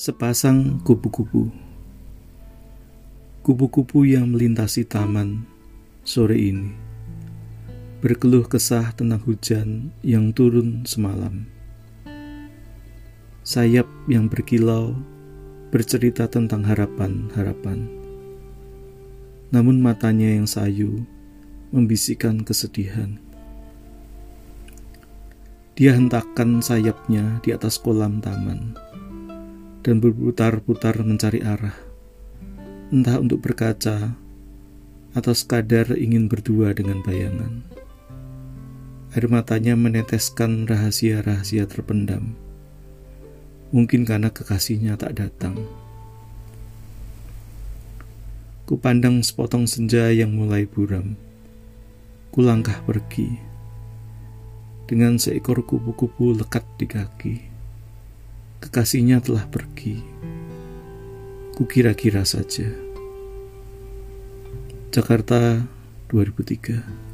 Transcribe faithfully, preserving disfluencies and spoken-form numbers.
Sepasang kupu-kupu. Kupu-kupu yang melintasi taman sore ini berkeluh kesah tentang hujan yang turun semalam. Sayap yang berkilau bercerita tentang harapan-harapan. Namun matanya yang sayu membisikkan kesedihan. Dia hentakkan sayapnya di atas kolam taman dan berputar-putar mencari arah, entah untuk berkaca atau sekadar ingin berdua dengan bayangan. Air matanya meneteskan rahasia-rahasia terpendam, mungkin karena kekasihnya tak datang. Kupandang sepotong senja yang mulai buram. Kulangkah pergi dengan seekor kupu-kupu lekat di kaki. Kekasihnya telah pergi. Kukira-kira saja. Jakarta dua ribu tiga.